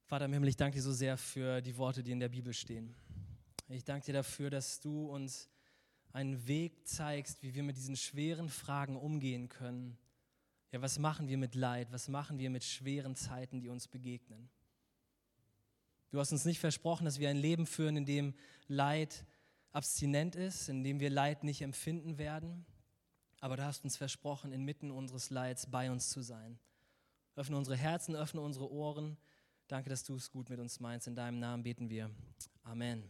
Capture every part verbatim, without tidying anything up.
Vater im Himmel, ich danke dir so sehr für die Worte, die in der Bibel stehen. Ich danke dir dafür, dass du uns einen Weg zeigst, wie wir mit diesen schweren Fragen umgehen können. Ja, was machen wir mit Leid? Was machen wir mit schweren Zeiten, die uns begegnen? Du hast uns nicht versprochen, dass wir ein Leben führen, in dem Leid abstinent ist, in dem wir Leid nicht empfinden werden. Aber du hast uns versprochen, inmitten unseres Leids bei uns zu sein. Öffne unsere Herzen, öffne unsere Ohren. Danke, dass du es gut mit uns meinst. In deinem Namen beten wir. Amen.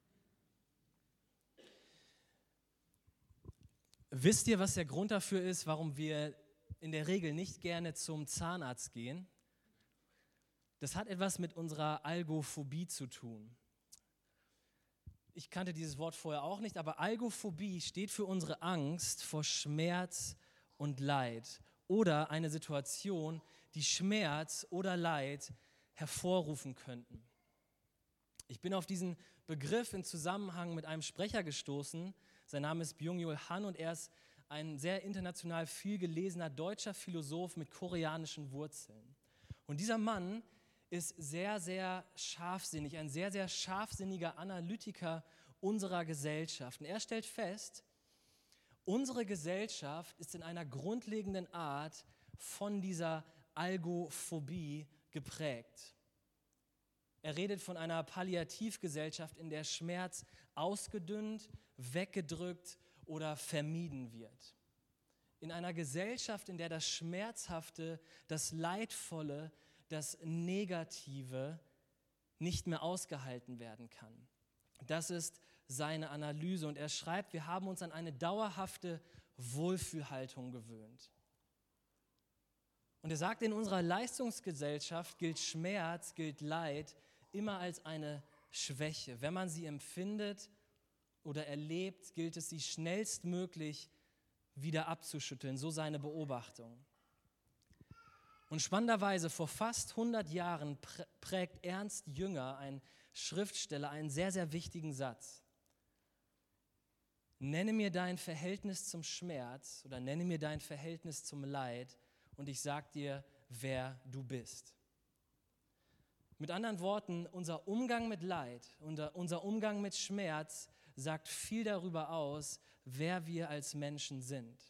Wisst ihr, was der Grund dafür ist, warum wir in der Regel nicht gerne zum Zahnarzt gehen? Das hat etwas mit unserer Algophobie zu tun. Ich kannte dieses Wort vorher auch nicht, aber Algophobie steht für unsere Angst vor Schmerz und Leid oder eine Situation, die Schmerz oder Leid hervorrufen könnten. Ich bin auf diesen Begriff in Zusammenhang mit einem Sprecher gestoßen. Sein Name ist Byung-Chul Han und er ist ein sehr international viel gelesener deutscher Philosoph mit koreanischen Wurzeln. Und dieser Mann ist sehr, sehr scharfsinnig, ein sehr, sehr scharfsinniger Analytiker unserer Gesellschaft. Und er stellt fest, unsere Gesellschaft ist in einer grundlegenden Art von dieser Algophobie geprägt. Er redet von einer Palliativgesellschaft, in der Schmerz ausgedünnt, weggedrückt oder vermieden wird. In einer Gesellschaft, in der das Schmerzhafte, das Leidvolle, das Negative nicht mehr ausgehalten werden kann. Das ist seine Analyse und er schreibt, wir haben uns an eine dauerhafte Wohlfühlhaltung gewöhnt. Und er sagt, in unserer Leistungsgesellschaft gilt Schmerz, gilt Leid immer als eine Schwäche. Wenn man sie empfindet oder erlebt, gilt es, sie schnellstmöglich wieder abzuschütteln. So seine Beobachtung. Und spannenderweise, vor fast hundert Jahren prägt Ernst Jünger, ein Schriftsteller, einen sehr, sehr wichtigen Satz. Nenne mir dein Verhältnis zum Schmerz oder nenne mir dein Verhältnis zum Leid und ich sag dir, wer du bist. Mit anderen Worten, unser Umgang mit Leid, unser Umgang mit Schmerz sagt viel darüber aus, wer wir als Menschen sind.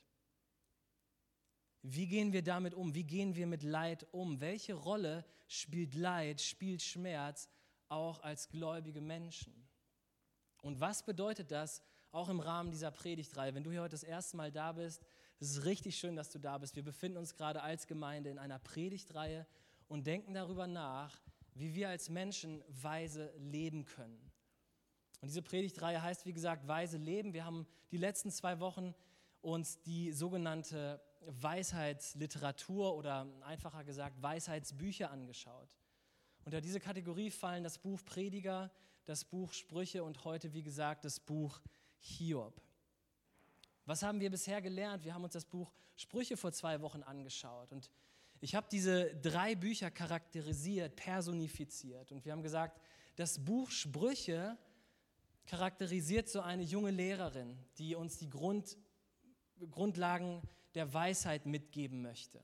Wie gehen wir damit um? Wie gehen wir mit Leid um? Welche Rolle spielt Leid, spielt Schmerz auch als gläubige Menschen? Und was bedeutet das auch im Rahmen dieser Predigtreihe? Wenn du hier heute das erste Mal da bist, es ist richtig schön, dass du da bist. Wir befinden uns gerade als Gemeinde in einer Predigtreihe und denken darüber nach, wie wir als Menschen weise leben können. Und diese Predigtreihe heißt, wie gesagt, weise leben. Wir haben die letzten zwei Wochen uns die sogenannte Weisheitsliteratur oder einfacher gesagt Weisheitsbücher angeschaut. Unter diese Kategorie fallen das Buch Prediger, das Buch Sprüche und heute, wie gesagt, das Buch Hiob. Was haben wir bisher gelernt? Wir haben uns das Buch Sprüche vor zwei Wochen angeschaut und ich habe diese drei Bücher charakterisiert, personifiziert und wir haben gesagt, das Buch Sprüche charakterisiert so eine junge Lehrerin, die uns die Grund, Grundlagen der Weisheit mitgeben möchte.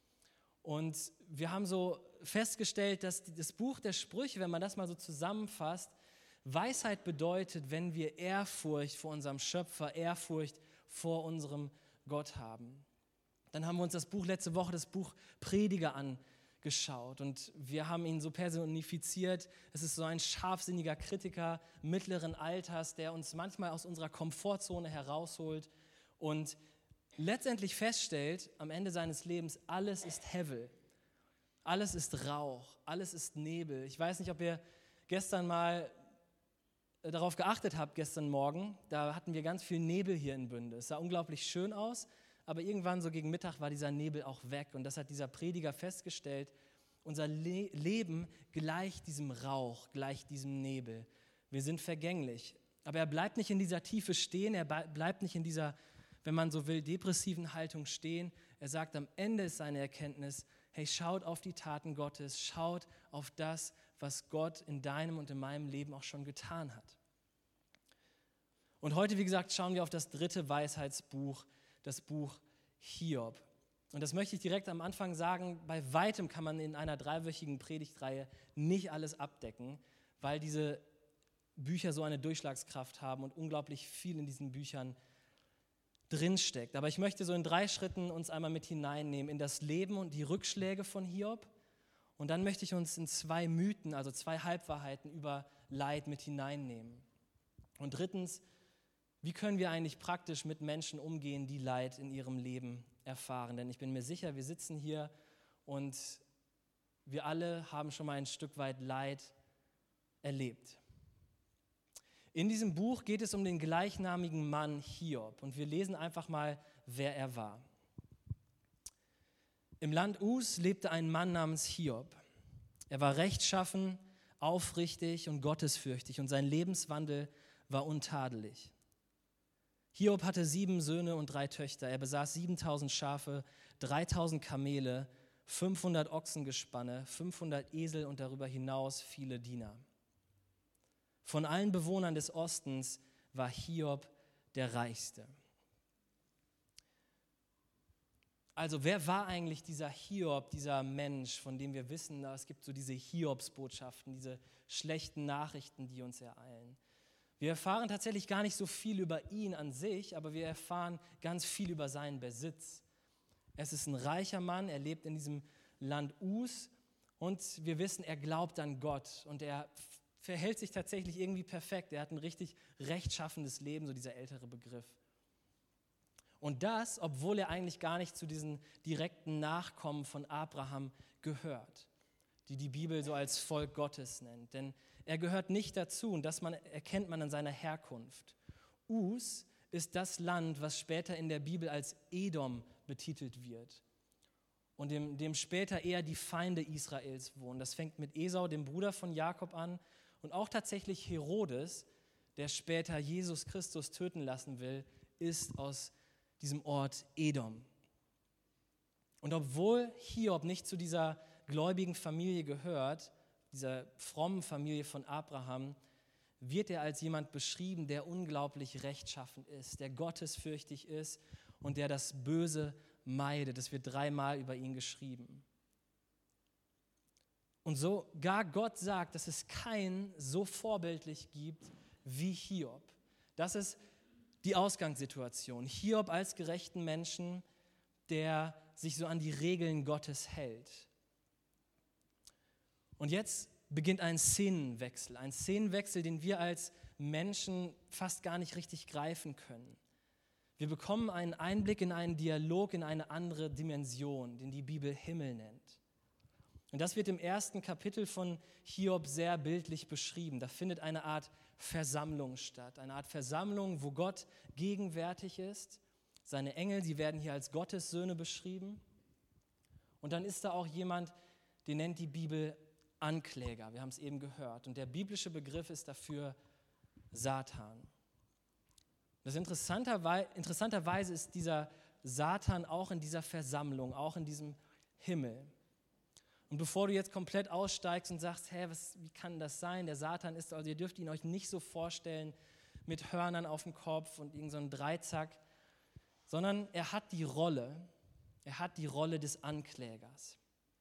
Und wir haben so festgestellt, dass das Buch der Sprüche, wenn man das mal so zusammenfasst, Weisheit bedeutet, wenn wir Ehrfurcht vor unserem Schöpfer, Ehrfurcht vor unserem Gott haben. Dann haben wir uns das Buch letzte Woche, das Buch Prediger angeschaut und wir haben ihn so personifiziert. Es ist so ein scharfsinniger Kritiker mittleren Alters, der uns manchmal aus unserer Komfortzone herausholt und letztendlich feststellt, am Ende seines Lebens, alles ist Hevel, alles ist Rauch, alles ist Nebel. Ich weiß nicht, ob ihr gestern mal darauf geachtet habt, gestern Morgen, da hatten wir ganz viel Nebel hier in Bünde. Es sah unglaublich schön aus, aber irgendwann so gegen Mittag war dieser Nebel auch weg und das hat dieser Prediger festgestellt, unser Le- Leben gleicht diesem Rauch, gleicht diesem Nebel. Wir sind vergänglich, aber er bleibt nicht in dieser Tiefe stehen, er bleibt nicht in dieser, wenn man so will, depressiven Haltung stehen. Er sagt, am Ende ist seine Erkenntnis, hey, schaut auf die Taten Gottes, schaut auf das, was Gott in deinem und in meinem Leben auch schon getan hat. Und heute, wie gesagt, schauen wir auf das dritte Weisheitsbuch, das Buch Hiob. Und das möchte ich direkt am Anfang sagen, bei weitem kann man in einer dreiwöchigen Predigtreihe nicht alles abdecken, weil diese Bücher so eine Durchschlagskraft haben und unglaublich viel in diesen Büchern drinsteckt. Aber ich möchte so in drei Schritten uns einmal mit hineinnehmen in das Leben und die Rückschläge von Hiob. Und dann möchte ich uns in zwei Mythen, also zwei Halbwahrheiten über Leid mit hineinnehmen. Und drittens, wie können wir eigentlich praktisch mit Menschen umgehen, die Leid in ihrem Leben erfahren? Denn ich bin mir sicher, wir sitzen hier und wir alle haben schon mal ein Stück weit Leid erlebt. In diesem Buch geht es um den gleichnamigen Mann Hiob und wir lesen einfach mal, wer er war. Im Land Us lebte ein Mann namens Hiob. Er war rechtschaffen, aufrichtig und gottesfürchtig und sein Lebenswandel war untadelig. Hiob hatte sieben Söhne und drei Töchter. Er besaß siebentausend Schafe, dreitausend Kamele, fünfhundert Ochsengespanne, fünfhundert Esel und darüber hinaus viele Diener. Von allen Bewohnern des Ostens war Hiob der Reichste. Also wer war eigentlich dieser Hiob, dieser Mensch, von dem wir wissen, es gibt so diese Hiobsbotschaften, diese schlechten Nachrichten, die uns ereilen. Wir erfahren tatsächlich gar nicht so viel über ihn an sich, aber wir erfahren ganz viel über seinen Besitz. Es ist ein reicher Mann, er lebt in diesem Land Us und wir wissen, er glaubt an Gott und er verhält sich tatsächlich irgendwie perfekt. Er hat ein richtig rechtschaffendes Leben, so dieser ältere Begriff. Und das, obwohl er eigentlich gar nicht zu diesen direkten Nachkommen von Abraham gehört, die die Bibel so als Volk Gottes nennt. Denn er gehört nicht dazu und das man, erkennt man an seiner Herkunft. Us ist das Land, was später in der Bibel als Edom betitelt wird und dem, dem später eher die Feinde Israels wohnen. Das fängt mit Esau, dem Bruder von Jakob, an und auch tatsächlich Herodes, der später Jesus Christus töten lassen will, ist aus diesem Ort Edom. Und obwohl Hiob nicht zu dieser gläubigen Familie gehört, dieser frommen Familie von Abraham, wird er als jemand beschrieben, der unglaublich rechtschaffen ist, der gottesfürchtig ist und der das Böse meidet. Das wird dreimal über ihn geschrieben. Und sogar Gott sagt, dass es keinen so vorbildlich gibt wie Hiob. Das ist die Ausgangssituation. Hiob als gerechten Menschen, der sich so an die Regeln Gottes hält. Und jetzt beginnt ein Szenenwechsel, ein Szenenwechsel, den wir als Menschen fast gar nicht richtig greifen können. Wir bekommen einen Einblick in einen Dialog, in eine andere Dimension, den die Bibel Himmel nennt. Und das wird im ersten Kapitel von Hiob sehr bildlich beschrieben. Da findet eine Art Versammlung statt, eine Art Versammlung, wo Gott gegenwärtig ist. Seine Engel, sie werden hier als Gottes Söhne beschrieben. Und dann ist da auch jemand, den nennt die Bibel Ankläger. Wir haben es eben gehört. Und der biblische Begriff ist dafür Satan. Das interessanterweise, interessanterweise ist dieser Satan auch in dieser Versammlung, auch in diesem Himmel. Und bevor du jetzt komplett aussteigst und sagst, hä, was, wie kann das sein? Der Satan ist, also ihr dürft ihn euch nicht so vorstellen mit Hörnern auf dem Kopf und irgend so einem Dreizack, sondern er hat die Rolle, er hat die Rolle des Anklägers.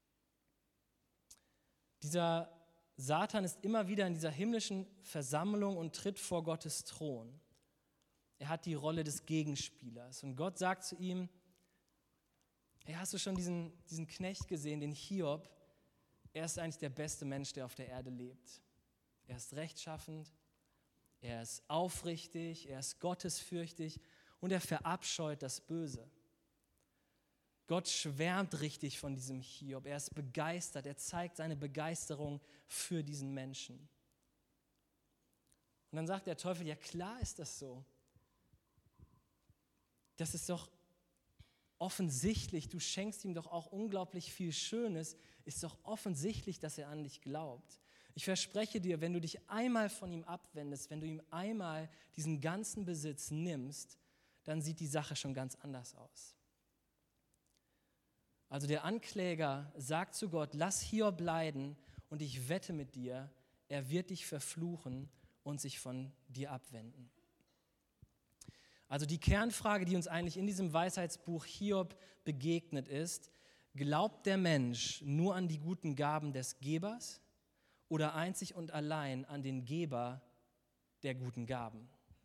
Dieser Satan ist immer wieder in dieser himmlischen Versammlung und tritt vor Gottes Thron. Er hat die Rolle des Gegenspielers und Gott sagt zu ihm, hey, hast du schon diesen, diesen Knecht gesehen, den Hiob? Er ist eigentlich der beste Mensch, der auf der Erde lebt. Er ist rechtschaffend, er ist aufrichtig, er ist gottesfürchtig und er verabscheut das Böse. Gott schwärmt richtig von diesem Hiob, er ist begeistert, er zeigt seine Begeisterung für diesen Menschen. Und dann sagt der Teufel, ja klar ist das so. Das ist doch offensichtlich, du schenkst ihm doch auch unglaublich viel Schönes, ist doch offensichtlich, dass er an dich glaubt. Ich verspreche dir, wenn du dich einmal von ihm abwendest, wenn du ihm einmal diesen ganzen Besitz nimmst, dann sieht die Sache schon ganz anders aus. Also der Ankläger sagt zu Gott, lass Hiob leiden und ich wette mit dir, er wird dich verfluchen und sich von dir abwenden. Also die Kernfrage, die uns eigentlich in diesem Weisheitsbuch Hiob begegnet ist: Glaubt der Mensch nur an die guten Gaben des Gebers oder einzig und allein an den Geber der guten Gaben?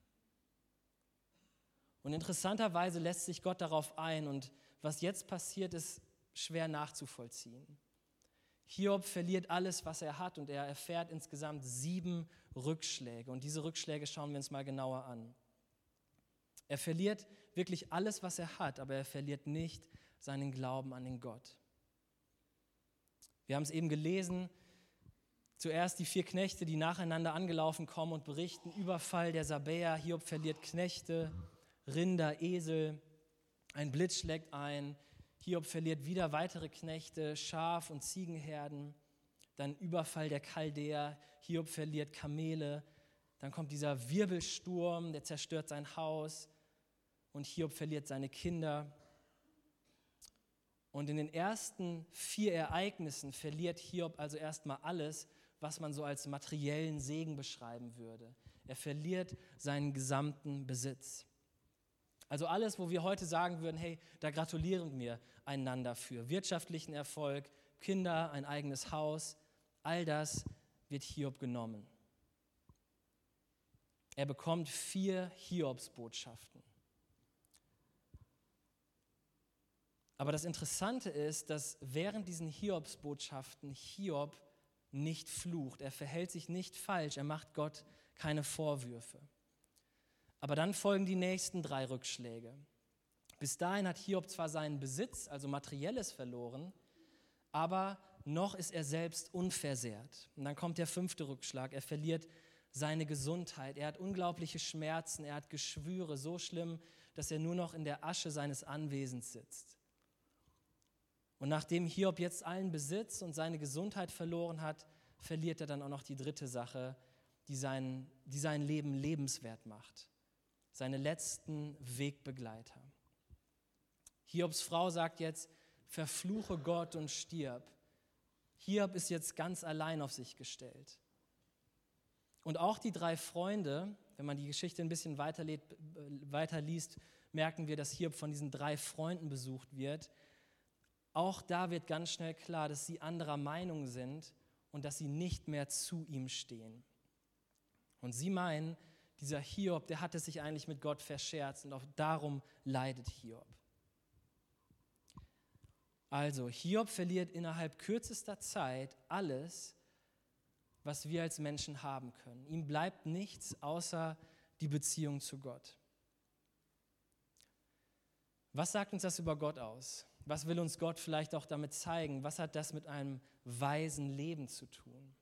Und interessanterweise lässt sich Gott darauf ein, und was jetzt passiert, ist schwer nachzuvollziehen. Hiob verliert alles, was er hat, und er erfährt insgesamt sieben Rückschläge. Und diese Rückschläge schauen wir uns mal genauer an. Er verliert wirklich alles, was er hat, aber er verliert nicht seinen Glauben an den Gott. Wir haben es eben gelesen, zuerst die vier Knechte, die nacheinander angelaufen kommen und berichten: Überfall der Sabäer, Hiob verliert Knechte, Rinder, Esel, ein Blitz schlägt ein, Hiob verliert wieder weitere Knechte, Schaf- und Ziegenherden, dann Überfall der Chaldäer, Hiob verliert Kamele, dann kommt dieser Wirbelsturm, der zerstört sein Haus und Hiob verliert seine Kinder. Und in den ersten vier Ereignissen verliert Hiob also erstmal alles, was man so als materiellen Segen beschreiben würde. Er verliert seinen gesamten Besitz. Also alles, wo wir heute sagen würden: Hey, da gratulieren wir einander für wirtschaftlichen Erfolg, Kinder, ein eigenes Haus, all das wird Hiob genommen. Er bekommt vier Hiobsbotschaften. Aber das Interessante ist, dass während diesen Hiobsbotschaften Hiob nicht flucht. Er verhält sich nicht falsch, er macht Gott keine Vorwürfe. Aber dann folgen die nächsten drei Rückschläge. Bis dahin hat Hiob zwar seinen Besitz, also Materielles, verloren, aber noch ist er selbst unversehrt. Und dann kommt der fünfte Rückschlag. Er verliert seine Gesundheit. Er hat unglaubliche Schmerzen, er hat Geschwüre, so schlimm, dass er nur noch in der Asche seines Anwesens sitzt. Und nachdem Hiob jetzt allen Besitz und seine Gesundheit verloren hat, verliert er dann auch noch die dritte Sache, die sein, die sein Leben lebenswert macht. Seine letzten Wegbegleiter. Hiobs Frau sagt jetzt: Verfluche Gott und stirb. Hiob ist jetzt ganz allein auf sich gestellt. Und auch die drei Freunde, wenn man die Geschichte ein bisschen weiterliest, merken wir, dass Hiob von diesen drei Freunden besucht wird. Auch da wird ganz schnell klar, dass sie anderer Meinung sind und dass sie nicht mehr zu ihm stehen. Und sie meinen, dieser Hiob, der hatte sich eigentlich mit Gott verscherzt und auch darum leidet Hiob. Also, Hiob verliert innerhalb kürzester Zeit alles, was wir als Menschen haben können. Ihm bleibt nichts außer die Beziehung zu Gott. Was sagt uns das über Gott aus? Was will uns Gott vielleicht auch damit zeigen? Was hat das mit einem weisen Leben zu tun?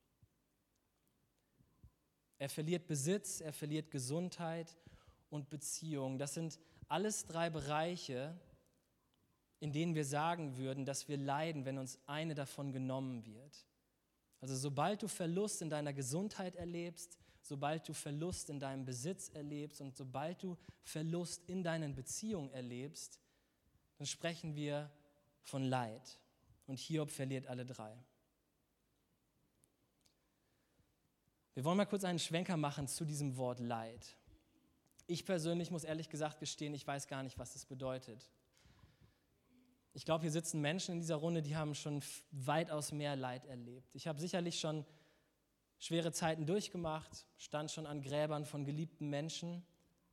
Er verliert Besitz, er verliert Gesundheit und Beziehung. Das sind alles drei Bereiche, in denen wir sagen würden, dass wir leiden, wenn uns eine davon genommen wird. Also sobald du Verlust in deiner Gesundheit erlebst, sobald du Verlust in deinem Besitz erlebst und sobald du Verlust in deinen Beziehungen erlebst, dann sprechen wir von Leid. Und Hiob verliert alle drei. Wir wollen mal kurz einen Schwenker machen zu diesem Wort Leid. Ich persönlich muss ehrlich gesagt gestehen, ich weiß gar nicht, was das bedeutet. Ich glaube, hier sitzen Menschen in dieser Runde, die haben schon weitaus mehr Leid erlebt. Ich habe sicherlich schon schwere Zeiten durchgemacht, stand schon an Gräbern von geliebten Menschen.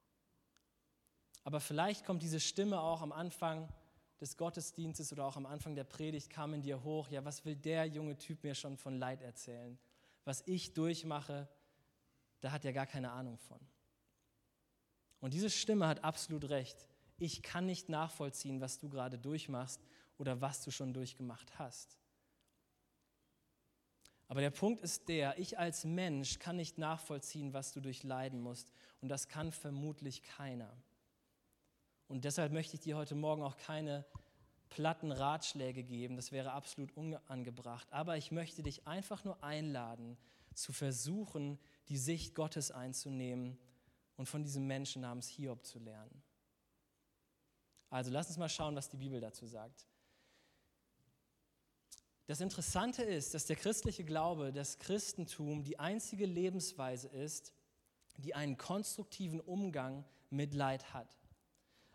Aber vielleicht kommt diese Stimme auch am Anfang des Gottesdienstes oder auch am Anfang der Predigt, kam in dir hoch: Ja, was will der junge Typ mir schon von Leid erzählen? Was ich durchmache, da hat er gar keine Ahnung von. Und diese Stimme hat absolut recht. Ich kann nicht nachvollziehen, was du gerade durchmachst oder was du schon durchgemacht hast. Aber der Punkt ist der: Ich als Mensch kann nicht nachvollziehen, was du durchleiden musst. Und das kann vermutlich keiner. Und deshalb möchte ich dir heute Morgen auch keine platten Ratschläge geben. Das wäre absolut unangebracht. Aber ich möchte dich einfach nur einladen, zu versuchen, die Sicht Gottes einzunehmen und von diesem Menschen namens Hiob zu lernen. Also lass uns mal schauen, was die Bibel dazu sagt. Das Interessante ist, dass der christliche Glaube, das Christentum, die einzige Lebensweise ist, die einen konstruktiven Umgang mit Leid hat.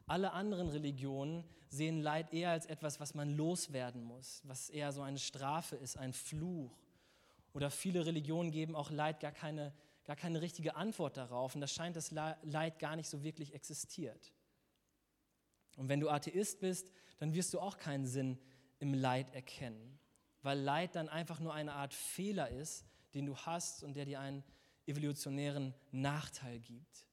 Alle anderen Religionen sehen Leid eher als etwas, was man loswerden muss, was eher so eine Strafe ist, ein Fluch. Oder viele Religionen geben auch Leid gar keine, gar keine richtige Antwort darauf. Und das scheint, dass Leid gar nicht so wirklich existiert. Und wenn du Atheist bist, dann wirst du auch keinen Sinn im Leid erkennen, weil Leid dann einfach nur eine Art Fehler ist, den du hast und der dir einen evolutionären Nachteil gibt.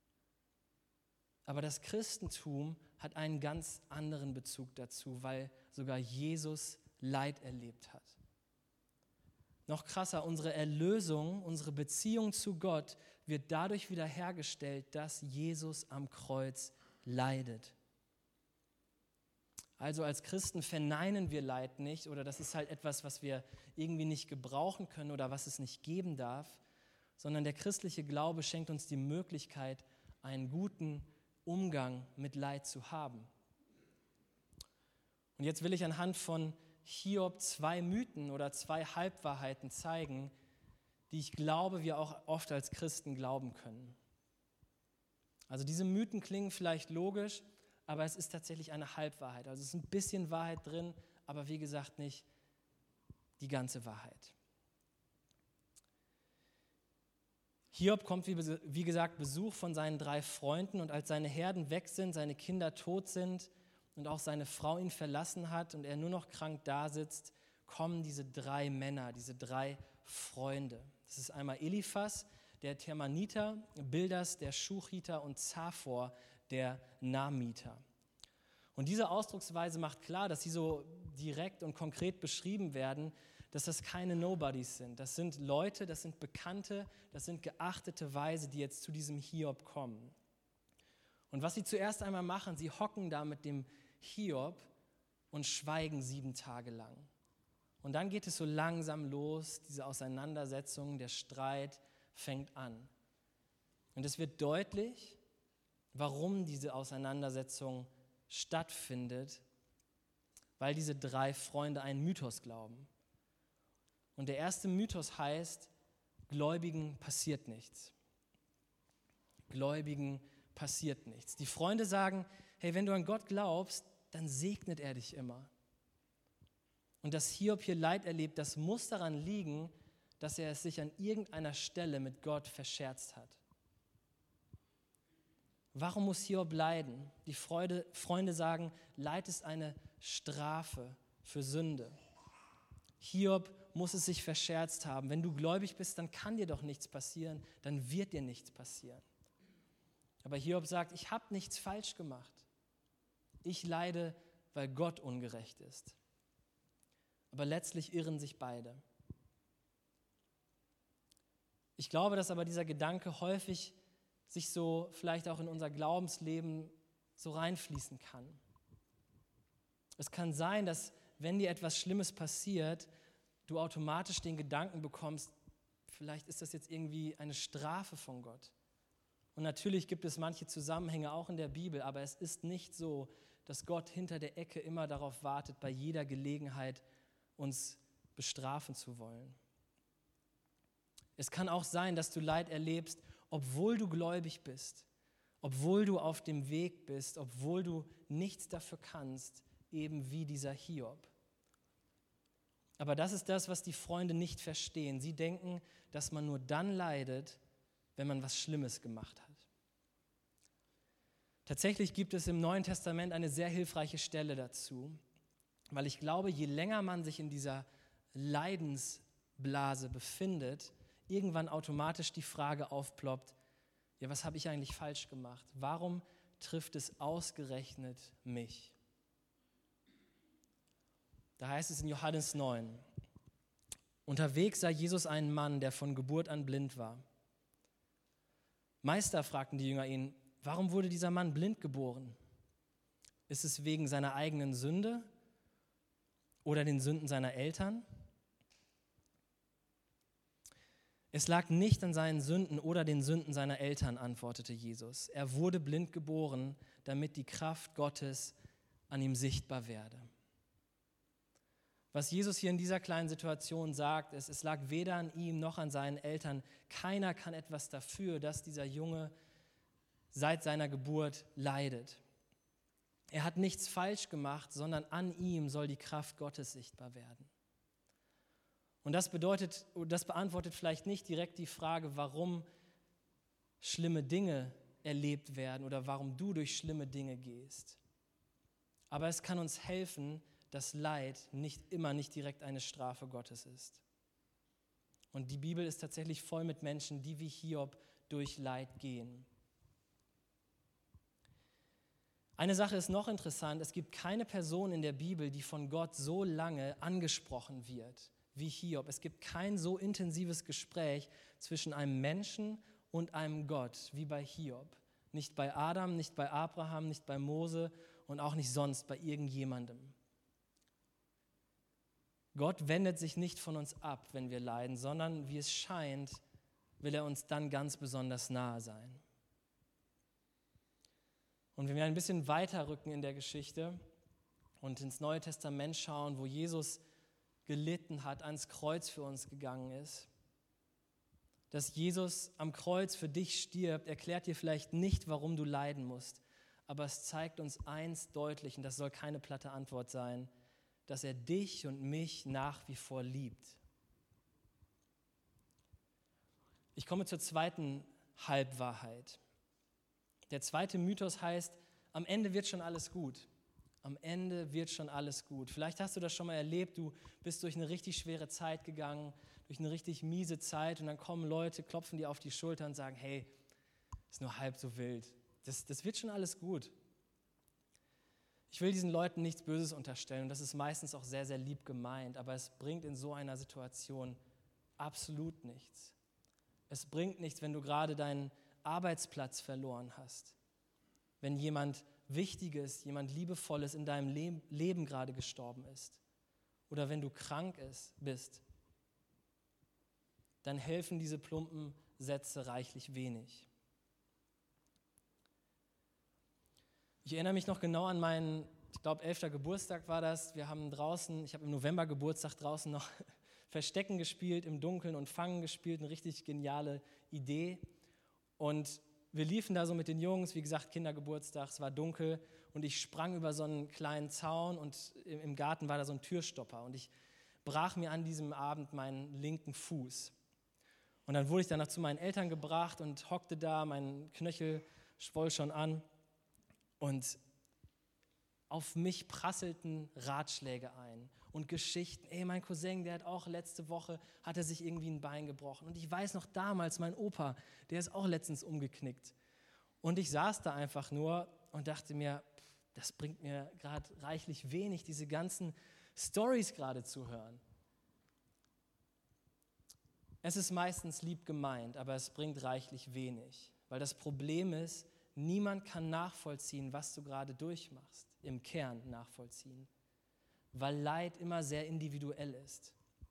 Aber das Christentum hat einen ganz anderen Bezug dazu, weil sogar Jesus Leid erlebt hat. Noch krasser, unsere Erlösung, unsere Beziehung zu Gott wird dadurch wiederhergestellt, dass Jesus am Kreuz leidet. Also als Christen verneinen wir Leid nicht oder das ist halt etwas, was wir irgendwie nicht gebrauchen können oder was es nicht geben darf, sondern der christliche Glaube schenkt uns die Möglichkeit, einen guten Umgang mit Leid zu haben. Und jetzt will ich anhand von Hiob zwei Mythen oder zwei Halbwahrheiten zeigen, die ich glaube, wir auch oft als Christen glauben können. Also diese Mythen klingen vielleicht logisch, aber es ist tatsächlich eine Halbwahrheit. Also es ist ein bisschen Wahrheit drin, aber wie gesagt nicht die ganze Wahrheit. Hiob kommt, wie gesagt, Besuch von seinen drei Freunden und als seine Herden weg sind, seine Kinder tot sind und auch seine Frau ihn verlassen hat und er nur noch krank dasitzt, kommen diese drei Männer, diese drei Freunde. Das ist einmal Eliphas, der Temaniter, Bildas, der Schuchiter und Zaphor, der Namiter. Und diese Ausdrucksweise macht klar, dass sie so direkt und konkret beschrieben werden, dass das keine Nobodies sind. Das sind Leute, das sind Bekannte, das sind geachtete Weise, die jetzt zu diesem Hiob kommen. Und was sie zuerst einmal machen, sie hocken da mit dem Hiob und schweigen sieben Tage lang. Und dann geht es so langsam los, diese Auseinandersetzung, der Streit fängt an. Und es wird deutlich, warum diese Auseinandersetzung stattfindet, weil diese drei Freunde einen Mythos glauben. Und der erste Mythos heißt, Gläubigen passiert nichts. Gläubigen passiert nichts. Die Freunde sagen, hey, wenn du an Gott glaubst, dann segnet er dich immer. Und dass Hiob hier Leid erlebt, das muss daran liegen, dass er es sich an irgendeiner Stelle mit Gott verscherzt hat. Warum muss Hiob leiden? Die Freude, Freunde sagen, Leid ist eine Strafe für Sünde. Hiob muss es sich verscherzt haben. Wenn du gläubig bist, dann kann dir doch nichts passieren, dann wird dir nichts passieren. Aber Hiob sagt, ich habe nichts falsch gemacht. Ich leide, weil Gott ungerecht ist. Aber letztlich irren sich beide. Ich glaube, dass aber dieser Gedanke häufig sich so vielleicht auch in unser Glaubensleben so reinfließen kann. Es kann sein, dass wenn dir etwas Schlimmes passiert, du automatisch den Gedanken bekommst, vielleicht ist das jetzt irgendwie eine Strafe von Gott. Und natürlich gibt es manche Zusammenhänge auch in der Bibel, aber es ist nicht so, dass Gott hinter der Ecke immer darauf wartet, bei jeder Gelegenheit uns bestrafen zu wollen. Es kann auch sein, dass du Leid erlebst, obwohl du gläubig bist, obwohl du auf dem Weg bist, obwohl du nichts dafür kannst, eben wie dieser Hiob. Aber das ist das, was die Freunde nicht verstehen. Sie denken, dass man nur dann leidet, wenn man was Schlimmes gemacht hat. Tatsächlich gibt es im Neuen Testament eine sehr hilfreiche Stelle dazu, weil ich glaube, je länger man sich in dieser Leidensblase befindet, irgendwann automatisch die Frage aufploppt, ja, was habe ich eigentlich falsch gemacht? Warum trifft es ausgerechnet mich? Da heißt es in Johannes neun, unterwegs sah Jesus einen Mann, der von Geburt an blind war. Meister, fragten die Jünger ihn, warum wurde dieser Mann blind geboren? Ist es wegen seiner eigenen Sünde oder den Sünden seiner Eltern? Es lag nicht an seinen Sünden oder den Sünden seiner Eltern, antwortete Jesus. Er wurde blind geboren, damit die Kraft Gottes an ihm sichtbar werde. Was Jesus hier in dieser kleinen Situation sagt, ist, es lag weder an ihm noch an seinen Eltern. Keiner kann etwas dafür, dass dieser Junge seit seiner Geburt leidet. Er hat nichts falsch gemacht, sondern an ihm soll die Kraft Gottes sichtbar werden. Und das bedeutet, das beantwortet vielleicht nicht direkt die Frage, warum schlimme Dinge erlebt werden oder warum du durch schlimme Dinge gehst. Aber es kann uns helfen, dass Leid nicht immer nicht direkt eine Strafe Gottes ist. Und die Bibel ist tatsächlich voll mit Menschen, die wie Hiob durch Leid gehen. Eine Sache ist noch interessant, es gibt keine Person in der Bibel, die von Gott so lange angesprochen wird wie Hiob. Es gibt kein so intensives Gespräch zwischen einem Menschen und einem Gott wie bei Hiob. Nicht bei Adam, nicht bei Abraham, nicht bei Mose und auch nicht sonst bei irgendjemandem. Gott wendet sich nicht von uns ab, wenn wir leiden, sondern wie es scheint, will er uns dann ganz besonders nahe sein. Und wenn wir ein bisschen weiter rücken in der Geschichte und ins Neue Testament schauen, wo Jesus gelitten hat, ans Kreuz für uns gegangen ist, dass Jesus am Kreuz für dich stirbt, erklärt dir vielleicht nicht, warum du leiden musst, aber es zeigt uns eins deutlich, und das soll keine platte Antwort sein, dass er dich und mich nach wie vor liebt. Ich komme zur zweiten Halbwahrheit. Der zweite Mythos heißt, am Ende wird schon alles gut. Am Ende wird schon alles gut. Vielleicht hast du das schon mal erlebt, du bist durch eine richtig schwere Zeit gegangen, durch eine richtig miese Zeit und dann kommen Leute, klopfen dir auf die Schulter und sagen, hey, ist nur halb so wild. Das, das wird schon alles gut. Ich will diesen Leuten nichts Böses unterstellen und das ist meistens auch sehr, sehr lieb gemeint, aber es bringt in so einer Situation absolut nichts. Es bringt nichts, wenn du gerade deinen Arbeitsplatz verloren hast, wenn jemand Wichtiges, jemand Liebevolles in deinem Leben, Leben gerade gestorben ist oder wenn du krank ist, bist, dann helfen diese plumpen Sätze reichlich wenig. Ich erinnere mich noch genau an meinen, ich glaube, elften Geburtstag war das. Wir haben draußen, ich habe im November Geburtstag draußen noch Verstecken gespielt, im Dunkeln und Fangen gespielt, eine richtig geniale Idee. Und wir liefen da so mit den Jungs, wie gesagt, Kindergeburtstag, es war dunkel und ich sprang über so einen kleinen Zaun und im Garten war da so ein Türstopper und ich brach mir an diesem Abend meinen linken Fuß. Und dann wurde ich danach zu meinen Eltern gebracht und hockte da, mein Knöchel schwoll schon an und auf mich prasselten Ratschläge ein und Geschichten. Ey, mein Cousin, der hat auch letzte Woche, hat er sich irgendwie ein Bein gebrochen. Und ich weiß noch damals, mein Opa, der ist auch letztens umgeknickt. Und ich saß da einfach nur und dachte mir, das bringt mir gerade reichlich wenig, diese ganzen Storys gerade zu hören. Es ist meistens lieb gemeint, aber es bringt reichlich wenig. Weil das Problem ist, niemand kann nachvollziehen, was du gerade durchmachst, im Kern nachvollziehen, weil Leid immer sehr individuell ist.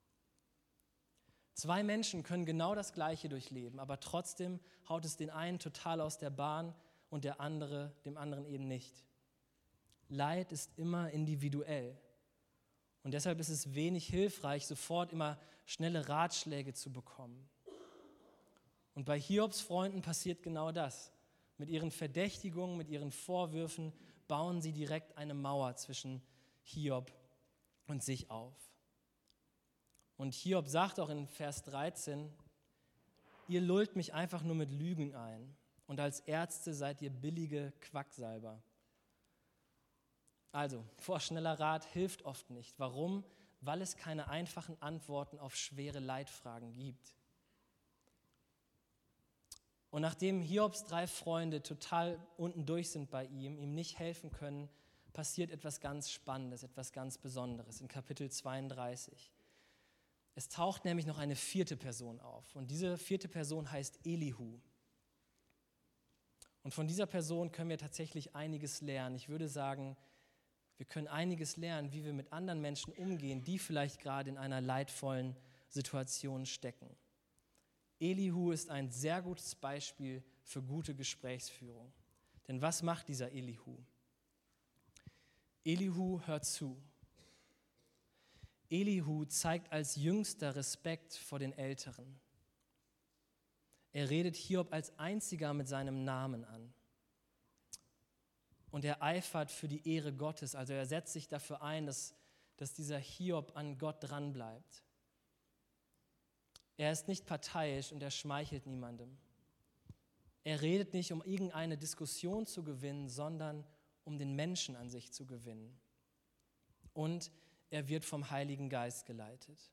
Zwei Menschen können genau das Gleiche durchleben, aber trotzdem haut es den einen total aus der Bahn und der andere dem anderen eben nicht. Leid ist immer individuell und deshalb ist es wenig hilfreich, sofort immer schnelle Ratschläge zu bekommen. Und bei Hiobs Freunden passiert genau das. Mit ihren Verdächtigungen, mit ihren Vorwürfen bauen sie direkt eine Mauer zwischen Hiob und sich auf. Und Hiob sagt auch in Vers dreizehn, ihr lullt mich einfach nur mit Lügen ein und als Ärzte seid ihr billige Quacksalber. Also, vorschneller Rat hilft oft nicht. Warum? Weil es keine einfachen Antworten auf schwere Leitfragen gibt. Und nachdem Hiobs drei Freunde total unten durch sind bei ihm, ihm nicht helfen können, passiert etwas ganz Spannendes, etwas ganz Besonderes in Kapitel zweiunddreißig. Es taucht nämlich noch eine vierte Person auf und diese vierte Person heißt Elihu. Und von dieser Person können wir tatsächlich einiges lernen. Ich würde sagen, wir können einiges lernen, wie wir mit anderen Menschen umgehen, die vielleicht gerade in einer leidvollen Situation stecken. Elihu ist ein sehr gutes Beispiel für gute Gesprächsführung. Denn was macht dieser Elihu? Elihu hört zu. Elihu zeigt als Jüngster Respekt vor den Älteren. Er redet Hiob als einziger mit seinem Namen an. und er eifert für die Ehre Gottes. Also er setzt sich dafür ein, dass, dass dieser Hiob an Gott dranbleibt. Er ist nicht parteiisch und er schmeichelt niemandem. Er redet nicht, um irgendeine Diskussion zu gewinnen, sondern um den Menschen an sich zu gewinnen. Und er wird vom Heiligen Geist geleitet.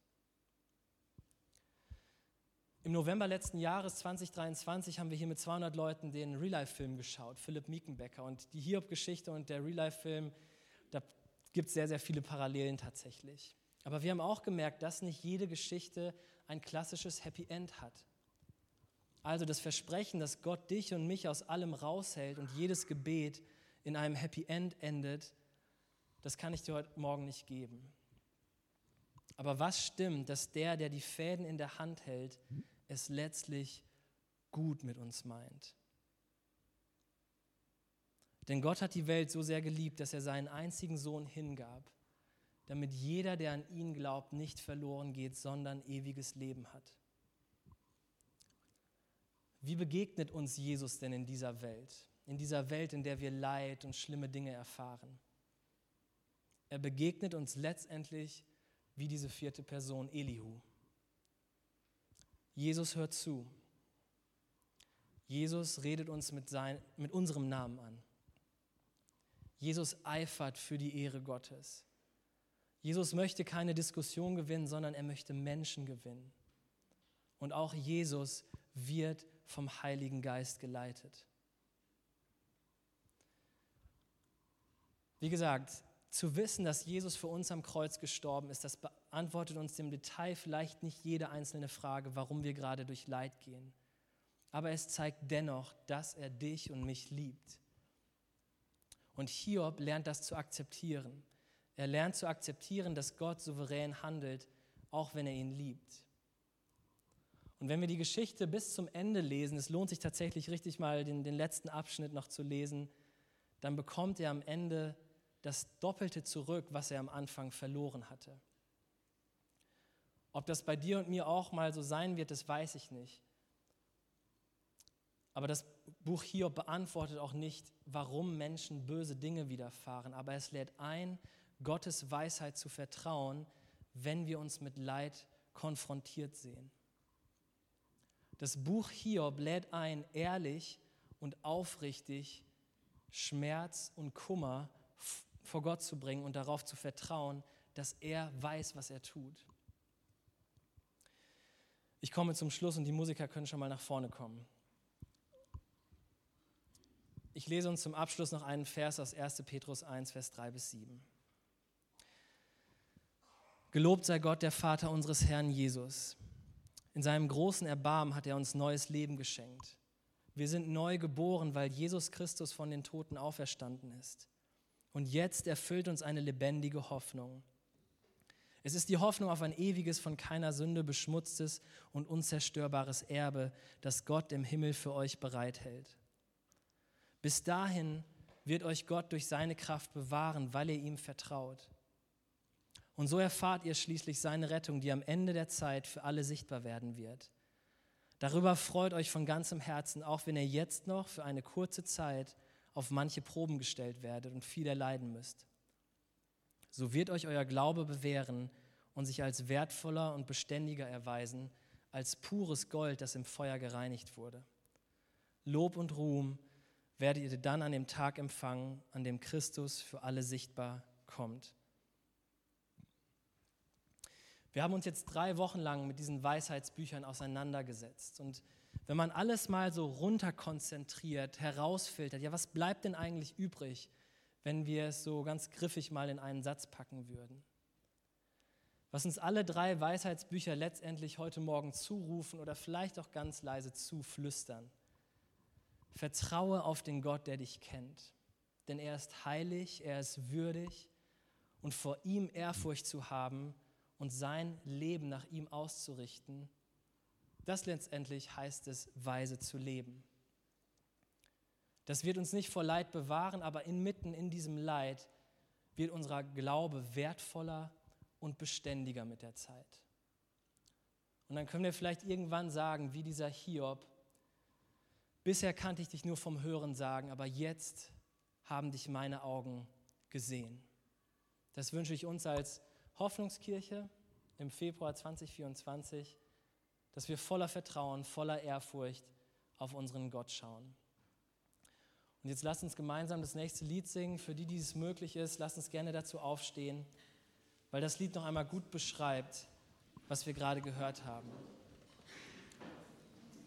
Im November letzten Jahres, zwanzig dreiundzwanzig, haben wir hier mit zweihundert Leuten den Real-Life-Film geschaut, Philipp Miekenbecker. Und die Hiob-Geschichte und der Real-Life-Film, da gibt es sehr, sehr viele Parallelen tatsächlich. Aber wir haben auch gemerkt, dass nicht jede Geschichte ein klassisches Happy End hat. Also das Versprechen, dass Gott dich und mich aus allem raushält und jedes Gebet in einem Happy End endet, das kann ich dir heute Morgen nicht geben. Aber was stimmt, dass der, der die Fäden in der Hand hält, es letztlich gut mit uns meint. Denn Gott hat die Welt so sehr geliebt, dass er seinen einzigen Sohn hingab, damit jeder, der an ihn glaubt, nicht verloren geht, sondern ewiges Leben hat. Wie begegnet uns Jesus denn in dieser Welt? In dieser Welt, in der wir Leid und schlimme Dinge erfahren. Er begegnet uns letztendlich wie diese vierte Person, Elihu. Jesus hört zu. Jesus redet uns mit, sein, mit unserem Namen an. Jesus eifert für die Ehre Gottes. Jesus möchte keine Diskussion gewinnen, sondern er möchte Menschen gewinnen. Und auch Jesus wird vom Heiligen Geist geleitet. Wie gesagt, zu wissen, dass Jesus für uns am Kreuz gestorben ist, das beantwortet uns im Detail vielleicht nicht jede einzelne Frage, warum wir gerade durch Leid gehen. Aber es zeigt dennoch, dass er dich und mich liebt. Und Hiob lernt das zu akzeptieren. Er lernt zu akzeptieren, dass Gott souverän handelt, auch wenn er ihn liebt. Und wenn wir die Geschichte bis zum Ende lesen, es lohnt sich tatsächlich richtig mal den, den letzten Abschnitt noch zu lesen, dann bekommt er am Ende das Doppelte zurück, was er am Anfang verloren hatte. Ob das bei dir und mir auch mal so sein wird, das weiß ich nicht. Aber das Buch Hiob beantwortet auch nicht, warum Menschen böse Dinge widerfahren. Aber es lädt ein, Gottes Weisheit zu vertrauen, wenn wir uns mit Leid konfrontiert sehen. Das Buch Hiob lädt ein, ehrlich und aufrichtig Schmerz und Kummer vor Gott zu bringen und darauf zu vertrauen, dass er weiß, was er tut. Ich komme zum Schluss und die Musiker können schon mal nach vorne kommen. Ich lese uns zum Abschluss noch einen Vers aus erster Petrus eins, Vers drei bis sieben. Gelobt sei Gott, der Vater unseres Herrn Jesus. In seinem großen Erbarmen hat er uns neues Leben geschenkt. Wir sind neu geboren, weil Jesus Christus von den Toten auferstanden ist. Und jetzt erfüllt uns eine lebendige Hoffnung. Es ist die Hoffnung auf ein ewiges, von keiner Sünde beschmutztes und unzerstörbares Erbe, das Gott im Himmel für euch bereithält. Bis dahin wird euch Gott durch seine Kraft bewahren, weil ihr ihm vertraut. Und so erfahrt ihr schließlich seine Rettung, die am Ende der Zeit für alle sichtbar werden wird. Darüber freut euch von ganzem Herzen, auch wenn ihr jetzt noch für eine kurze Zeit auf manche Proben gestellt werdet und viel erleiden müsst. So wird euch euer Glaube bewähren und sich als wertvoller und beständiger erweisen, als pures Gold, das im Feuer gereinigt wurde. Lob und Ruhm werdet ihr dann an dem Tag empfangen, an dem Christus für alle sichtbar kommt. Wir haben uns jetzt drei Wochen lang mit diesen Weisheitsbüchern auseinandergesetzt. Und wenn man alles mal so runterkonzentriert, herausfiltert, ja, was bleibt denn eigentlich übrig, wenn wir es so ganz griffig mal in einen Satz packen würden? Was uns alle drei Weisheitsbücher letztendlich heute Morgen zurufen oder vielleicht auch ganz leise zuflüstern. Vertraue auf den Gott, der dich kennt. Denn er ist heilig, er ist würdig und vor ihm Ehrfurcht zu haben und sein Leben nach ihm auszurichten, das letztendlich heißt es, weise zu leben. Das wird uns nicht vor Leid bewahren, aber inmitten in diesem Leid wird unser Glaube wertvoller und beständiger mit der Zeit. Und dann können wir vielleicht irgendwann sagen, wie dieser Hiob, bisher kannte ich dich nur vom Hören sagen, aber jetzt haben dich meine Augen gesehen. Das wünsche ich uns als Hoffnungskirche im Februar zwanzig vierundzwanzig, dass wir voller Vertrauen, voller Ehrfurcht auf unseren Gott schauen. Und jetzt lasst uns gemeinsam das nächste Lied singen. Für die, die es möglich ist, lasst uns gerne dazu aufstehen, weil das Lied noch einmal gut beschreibt, was wir gerade gehört haben.